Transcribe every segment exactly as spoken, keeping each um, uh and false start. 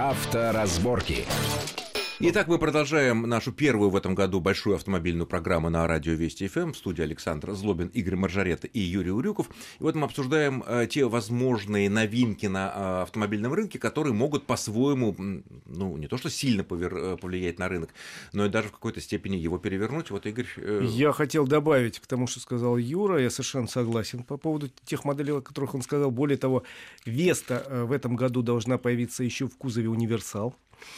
Авторазборки. Итак, мы продолжаем нашу первую в этом году большую автомобильную программу на радио Вести эф эм. В студии Александр Злобин, Игорь Маржарета и Юрий Урюков. И вот мы обсуждаем э, те возможные новинки на э, автомобильном рынке, которые могут по-своему, ну, не то что сильно повер... повлиять на рынок, но и даже в какой-то степени его перевернуть. Вот, Игорь... Э... Я хотел добавить к тому, что сказал Юра, я совершенно согласен по поводу тех моделей, о которых он сказал. Более того, Веста в этом году должна появиться еще в кузове универсал.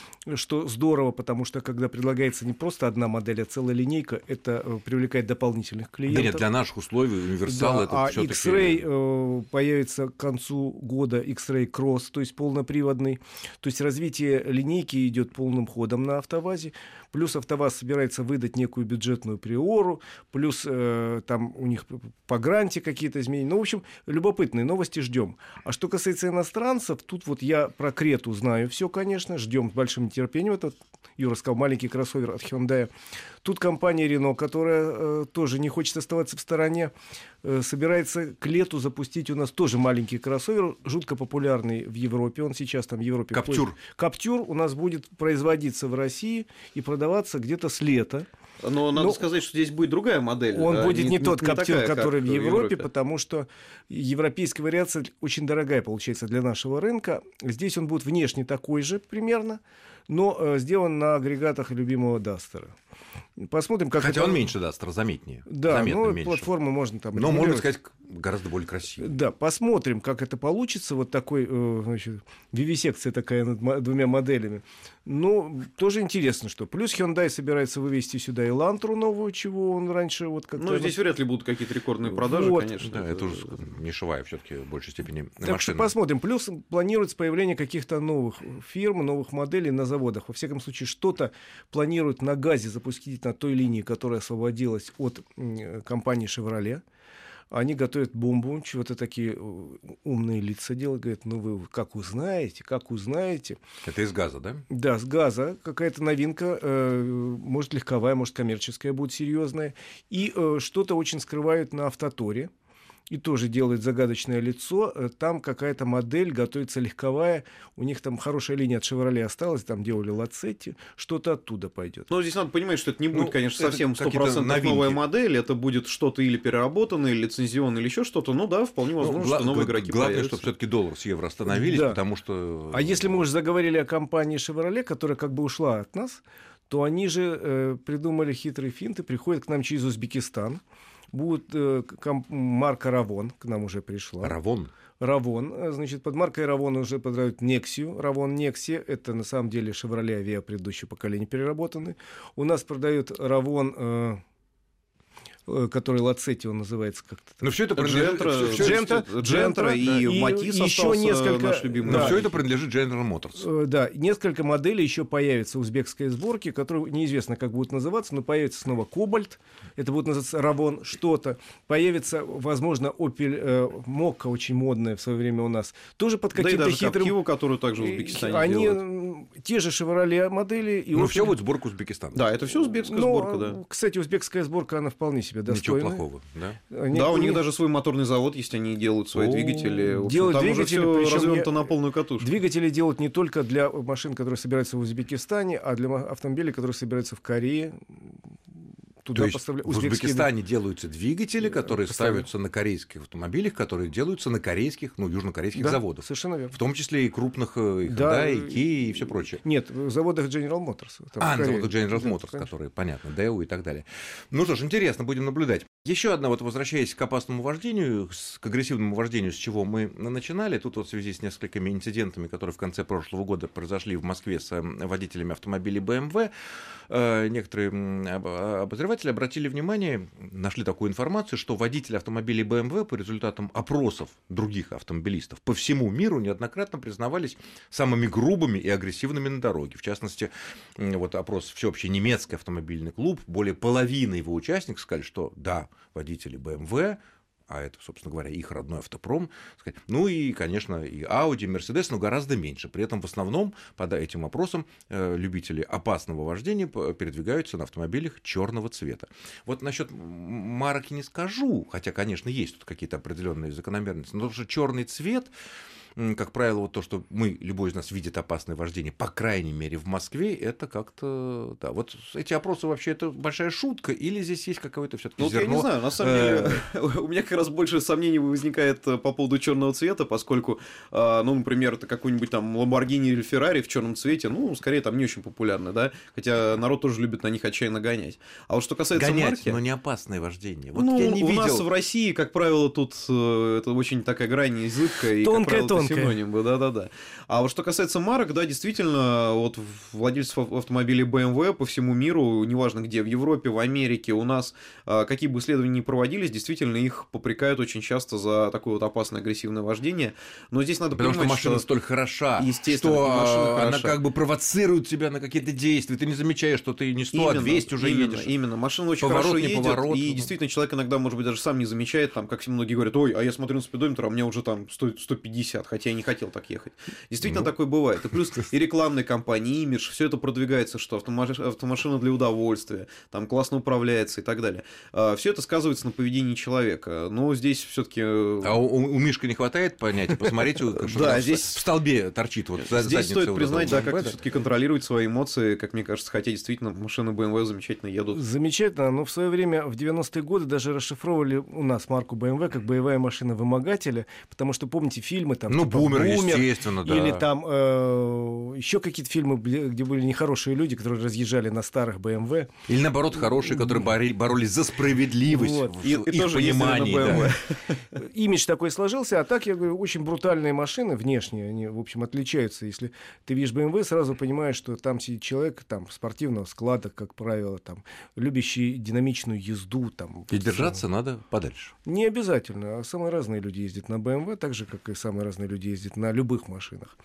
Что здорово, потому что когда предлагается не просто одна модель, а целая линейка, это привлекает дополнительных клиентов. Да нет, для наших условий универсал да, это а все-таки... X-Ray э, появится к концу года, X-Ray Cross, то есть полноприводный. То есть развитие линейки идет полным ходом на АвтоВАЗе. Плюс АвтоВАЗ собирается выдать некую бюджетную приору, плюс э, там у них по гранте какие-то изменения. Ну, в общем, любопытные новости, ждем. А что касается иностранцев, тут вот я про Крету знаю все, конечно, ждем с большим нетерпением. Это, Юра сказал, маленький кроссовер от Hyundai. Тут компания Renault, которая э, тоже не хочет оставаться в стороне, э, собирается к лету запустить у нас тоже маленький кроссовер, жутко популярный в Европе. Он сейчас там в Европе... Каптюр. Каптюр у нас будет производиться в России и продаваться где-то с лета. Но надо Но сказать, что здесь будет другая модель. Он а будет не, не тот не Каптюр, такая, который в Европе, Европе, потому что европейская вариация очень дорогая получается для нашего рынка. Здесь он будет внешне такой же примерно, но э, сделан на агрегатах любимого Дастера. Посмотрим, как Хотя это... он меньше Дастера, заметнее. Да, заметно ну, меньше. Платформу можно там... Но, можно сказать, гораздо более красиво. Да, посмотрим, как это получится. Вот такой, э, значит, вивисекция такая над двумя моделями. Ну, тоже интересно, что. Плюс Hyundai собирается вывести сюда и Лантру новую, чего он раньше вот как-то... Ну, здесь вряд ли будут какие-то рекордные продажи, вот. конечно. Да, это уже нишевая все-таки в большей степени так машина. Что посмотрим. Плюс планируется появление каких-то новых фирм, новых моделей на заводах. Во всяком случае, что-то планируют на газе запустить на той линии, которая освободилась от компании Chevrolet. Они готовят бомбу, чего-то такие умные лица делают. Говорят, ну вы как узнаете, как узнаете. Это из газа, да? Да, с газа. Какая-то новинка, э, может легковая, может коммерческая будет серьезная. И э, что-то очень скрывают на Автоторе. И тоже делает загадочное лицо. Там какая-то модель готовится легковая. У них там хорошая линия от Chevrolet осталась. Там делали Лацетти. Что-то оттуда пойдет. Но здесь надо понимать, что это не будет, ну, конечно, совсем сто процентов новая модель. Это будет что-то или переработанное, или лицензионное, или еще что-то. Ну да, вполне возможно, ну, что новые игроки Главное, появятся. чтобы все-таки доллар с евро остановились, да. Потому что... А если мы уже заговорили о компании Chevrolet, которая как бы ушла от нас, то они же э, придумали хитрые финты, приходят к нам через Узбекистан. Будет э, комп- марка Равон, к нам уже пришла. Равон? Равон. Значит, под маркой Равон уже продают Нексию. Равон Нексия. Это на самом деле Chevrolet Aveo предыдущего поколения переработанный. У нас продают Равон... Э, который Лацетти он называется как-то. Но все это принадлежит Джентра, Джентра и, и Матис еще несколько наш любимый. Да. Но все это принадлежит General Motors. Да, несколько моделей еще появятся узбекской сборки, которые неизвестно, как будут называться, но появится снова Кобальт, это будет называться Равон что-то. Появится, возможно, Opel э, Mokka, очень модная в свое время у нас, тоже под каким-то да и даже хитрым... Captiva, которую также в Узбекистане Они делают. Те же Chevrolet модели. И ну, Opel... все будет сборка Узбекистана. Да, это все узбекская но, сборка, да. Кстати, узбекская сборка, она вполне себе достойна. Ничего плохого, да? Они, да, у них они... даже свой моторный завод есть, они делают свои О, двигатели. В общем, делают там двигатели, уже все развернуто я... на полную катушку. Двигатели делают не только для машин, которые собираются в Узбекистане, а для автомобилей, которые собираются в Корее. Туда То есть поставля... в Узбекистане делаются двигатели, которые ставятся на корейских автомобилях, которые делаются на корейских, ну, южнокорейских да, заводах. Совершенно верно. В том числе и крупных, и Hyundai, да, и Kia, и все прочее. Нет, в заводах General Motors. А, на заводах General да, Motors, конечно. которые, понятно, дэ о и так далее. Ну что ж, интересно, будем наблюдать. Еще одна, вот возвращаясь к опасному вождению, к агрессивному вождению, с чего мы начинали, тут вот в связи с несколькими инцидентами, которые в конце прошлого года произошли в Москве с водителями автомобилей бэ эм вэ, некоторые обозреватели обратили внимание, нашли такую информацию, что водители автомобилей бэ эм вэ по результатам опросов других автомобилистов по всему миру неоднократно признавались самыми грубыми и агрессивными на дороге. В частности, вот опрос «Всеобщий немецкий автомобильный клуб», более половины его участников сказали, что да, водители бэ эм вэ, а это, собственно говоря, их родной автопром, ну и, конечно, и Audi, Mercedes, но гораздо меньше. При этом в основном под этим опросом любители опасного вождения передвигаются на автомобилях черного цвета. Вот насчет марки не скажу, хотя, конечно, есть тут какие-то определенные закономерности, но потому что черный цвет как правило, вот то, что мы, любой из нас видит опасное вождение, по крайней мере, в Москве, это как-то... Да, вот эти опросы вообще это большая шутка, или здесь есть какое-то все-таки ну, зерно? Я не знаю, на самом деле, у меня как раз больше сомнений возникает по поводу черного цвета, поскольку, ну, например, это какой-нибудь там Lamborghini или Ferrari в черном цвете, ну, скорее, там не очень популярны, да, хотя народ тоже любит на них отчаянно гонять. А вот что касается гонять, марки... но не опасное вождение. Вот ну, я не у видел... нас в России, как правило, тут это очень такая грань языка, и, тонкая, как правило, это тонкая. синонимы, да-да-да. А вот что касается марок, да, действительно, вот владельцев автомобилей бэ эм вэ по всему миру, неважно где, в Европе, в Америке, у нас, какие бы исследования ни проводились, действительно, их попрекают очень часто за такое вот опасное агрессивное вождение. Но здесь надо Потому понимать, что машина что... столь хороша, Естественно, что машина она хороша. как бы провоцирует тебя на какие-то действия. Ты не замечаешь, что ты не сто, именно, а двести уже именно, едешь. Именно, машина очень Поворот, хорошо не едет, поворот. и действительно человек иногда, может быть, даже сам не замечает, там, как многие говорят, ой, а я смотрю на спидометр, а у меня уже там сто, сто пятьдесят, хотя я не хотел так ехать. Действительно, ну, такое бывает. И плюс и рекламные кампании, имидж, все это продвигается, что автомаш... автомашина для удовольствия, там классно управляется и так далее. Все это сказывается на поведении человека. Но здесь все-таки... А у, у Мишка не хватает понятия? Посмотрите, что да, в, здесь... в столбе торчит. Вот, здесь стоит признать, да, как все-таки контролировать свои эмоции, как мне кажется, хотя действительно машины бэ эм вэ замечательно едут. Замечательно, но в свое время, в девяностые годы, даже расшифровывали у нас марку бэ эм вэ как боевая машина вымогателя, потому что, помните, фильмы там... Ну, типа бумер, «Бумер», естественно, да. или там э, еще какие-то фильмы, где были нехорошие люди, которые разъезжали на старых бэ эм вэ. Или, наоборот, хорошие, которые боролись, боролись за справедливость вот. в и, их и тоже понимании. Да. Имидж такой сложился, а так, я говорю, очень брутальные машины внешние, они, в общем, отличаются. Если ты видишь бэ эм вэ, сразу понимаешь, что там сидит человек там, спортивного склада, как правило, там, любящий динамичную езду. Там, И держаться надо подальше. Не обязательно. Самые разные люди ездят на бэ эм вэ, так же, как и самые разные люди ездят на любых машинах.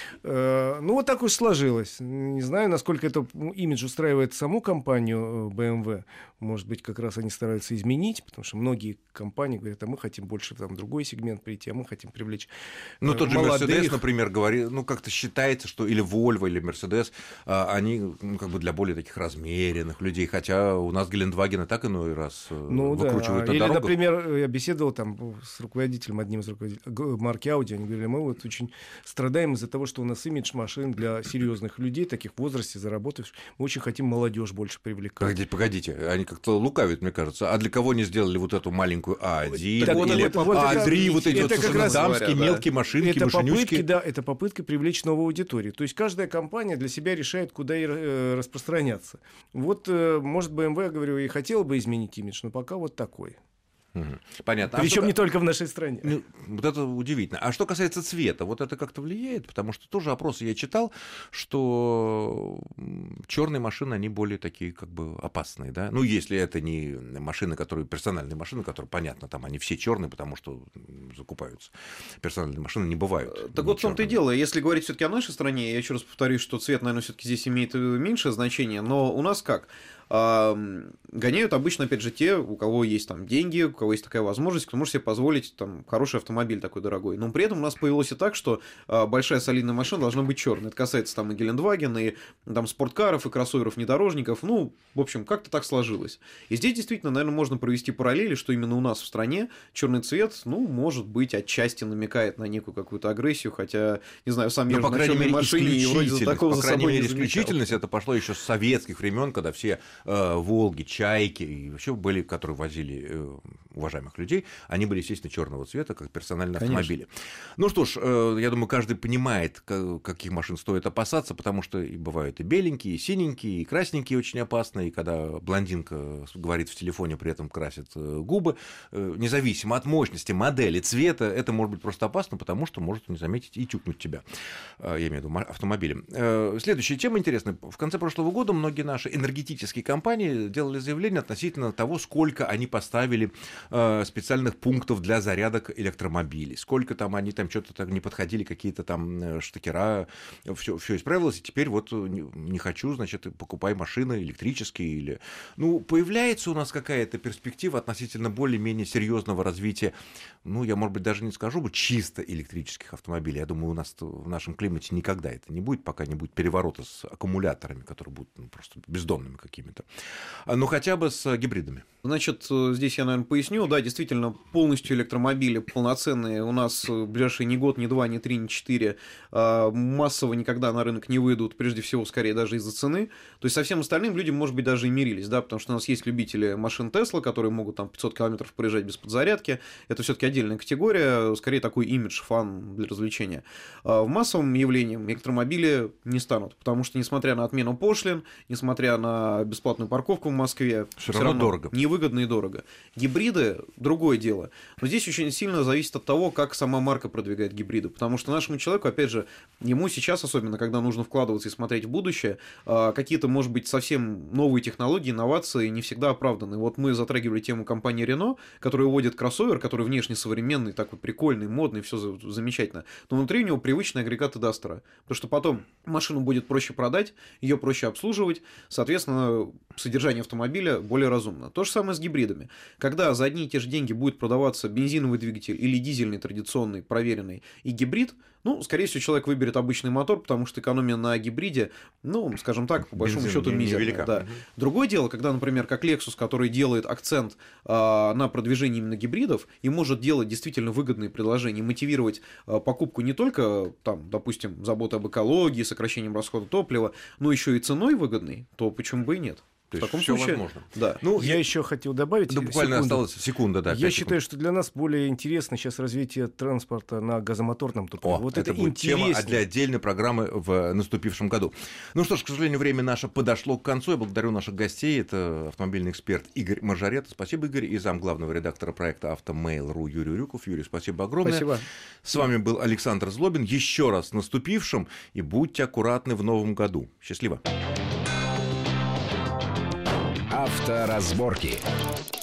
Ну, вот так уж сложилось. Не знаю, насколько это имидж устраивает саму компанию бэ эм вэ. Может быть, как раз они стараются изменить, потому что многие компании говорят, а мы хотим больше там, в другой сегмент прийти, а мы хотим привлечь Ну, э, тот же молодых. Mercedes, например, говорит, ну, как-то считается, что или Volvo, или Mercedes, они, ну, как бы для более таких размеренных людей, хотя у нас Гелендвагены так иной раз ну, выкручивают да. на Или, дорогах. например, я беседовал там с руководителем, одним из руководителей марки Audi, они говорили, мы вот очень страдаем из-за того, что у нас имидж машин для серьезных людей, таких в возрасте, заработавших, мы очень хотим молодежь больше привлекать. Погодите, погодите, они как-то лукавят, мне кажется. А для кого не сделали вот эту маленькую а один Так или вот, вот, а три, вот, вот эти это вот как раз дамские, говоря, мелкие да. машинки, это машинючки. попытки, да, это попытка привлечь новую аудиторию. То есть каждая компания для себя решает, куда и э, распространяться. Вот, э, может, бэ эм вэ, говорю, и хотела бы изменить имидж, но пока вот такой. Угу. Понятно. Причем а не что... только в нашей стране. Ну, вот это удивительно. А что касается цвета, вот это как-то влияет? Потому что тоже опросы я читал, что черные машины, они более такие как бы опасные, да? Ну, если это не машины, которые персональные машины, которые, понятно, там они все черные, потому что закупаются. Персональные машины не бывают. Так вот в том-то и дело. Если говорить все-таки о нашей стране, я еще раз повторюсь, что цвет, наверное, все-таки здесь имеет меньшее значение, но у нас как? Гоняют обычно, опять же, те, у кого есть там деньги, у кого есть такая возможность, кто может себе позволить там хороший автомобиль такой дорогой. Но при этом у нас появилось и так, что большая солидная машина должна быть черной. Это касается там и Гелендвагена, и там спорткаров, и кроссоверов, внедорожников. Ну, в общем, как-то так сложилось. И здесь действительно, наверное, можно провести параллели, что именно у нас в стране черный цвет, ну, может быть, отчасти намекает на некую какую-то агрессию, хотя, не знаю, сам езжу на черной машине, и вроде за такого по за крайней собой мере, не замечал. исключительность это пошло еще с советских времен, когда все э, Волги, Чайки и вообще были, которые возили э, уважаемых людей, они были, естественно, черного цвета, как персональные Конечно. автомобили. Ну что ж, э, я думаю, каждый понимает, как, каких машин стоит опасаться, потому что и бывают и беленькие, и синенькие, и красненькие очень опасные, и когда блондинка говорит в телефоне, при этом красит э, губы, э, независимо от мощности, модели, цвета, это может быть просто опасно, потому что может не заметить и тюкнуть тебя, э, я имею в виду автомобилем. Э, следующая тема интересная. В конце прошлого года многие наши энергетические компании делали заявление относительно того, сколько они поставили э, специальных пунктов для зарядок электромобилей, сколько там они там что-то так не подходили, какие-то там штекера, все, все исправилось, и теперь вот не, не хочу, значит, покупай машины электрические или... Ну, появляется у нас какая-то перспектива относительно более-менее серьезного развития, ну, я, может быть, даже не скажу бы чисто электрических автомобилей, я думаю, у нас в нашем климате никогда это не будет, пока не будет переворота с аккумуляторами, которые будут ну, просто бездонными какими-то. Ну, хотя бы с гибридами. Значит, здесь я, наверное, поясню. поясню. Да, действительно, полностью электромобили полноценные у нас в ближайшие ни год, ни два, ни три, ни четыре массово никогда на рынок не выйдут, прежде всего, скорее, даже из-за цены. То есть со всем остальным люди, может быть, даже и мирились, да, потому что у нас есть любители машин Tesla, которые могут там пятьсот километров проезжать без подзарядки. Это все-таки отдельная категория, скорее такой имидж, фан для развлечения. В массовом явлении электромобили не станут, потому что, несмотря на отмену пошлин, несмотря на бесплатную парковку в Москве, все равно дорого. Невыгодно и дорого. Гибриды – другое дело. Но здесь очень сильно зависит от того, как сама марка продвигает гибриды. Потому что нашему человеку, опять же, ему сейчас, особенно когда нужно вкладываться и смотреть в будущее, какие-то, может быть, совсем новые технологии, инновации не всегда оправданы. Вот мы затрагивали тему компании Renault, которая уводит кроссовер, который внешне современный, такой прикольный, модный, все замечательно. Но внутри у него привычные агрегаты Дастера. Потому что потом машину будет проще продать, ее проще обслуживать, соответственно, содержание автомобиля более разумно. То же самое с гибридами. Когда за одни и те же деньги будет продаваться бензиновый двигатель или дизельный, традиционный, проверенный, и гибрид, ну, скорее всего, человек выберет обычный мотор, потому что экономия на гибриде, ну, скажем так, по большому Бензин счету, мизерная. Да. Угу. Другое дело, когда, например, как Lexus, который делает акцент а, на продвижении именно гибридов и может делать действительно выгодные предложения, мотивировать а, покупку не только, там, допустим, заботой об экологии, сокращением расхода топлива, но еще и ценой выгодной, то почему бы и нет? То в есть таком все случае, возможно. Да. Ну, я еще хотел добавить. Да, буквально секунду. осталась секунда, да. Я секунд. считаю, что для нас более интересно сейчас развитие транспорта на газомоторном топливе. О, вот это, это будет тема интереснее. для отдельной программы в наступившем году. Ну что ж, к сожалению, время наше подошло к концу. Я благодарю наших гостей. Это автомобильный эксперт Игорь Мажарета. Спасибо, Игорь. И зам главного редактора проекта «Автомейл точка ру» Юрий Рюков. Юрий, спасибо огромное. Спасибо. С вами был Александр Злобин. Еще раз с наступившим. И будьте аккуратны в новом году. Счастливо. Авторазборки.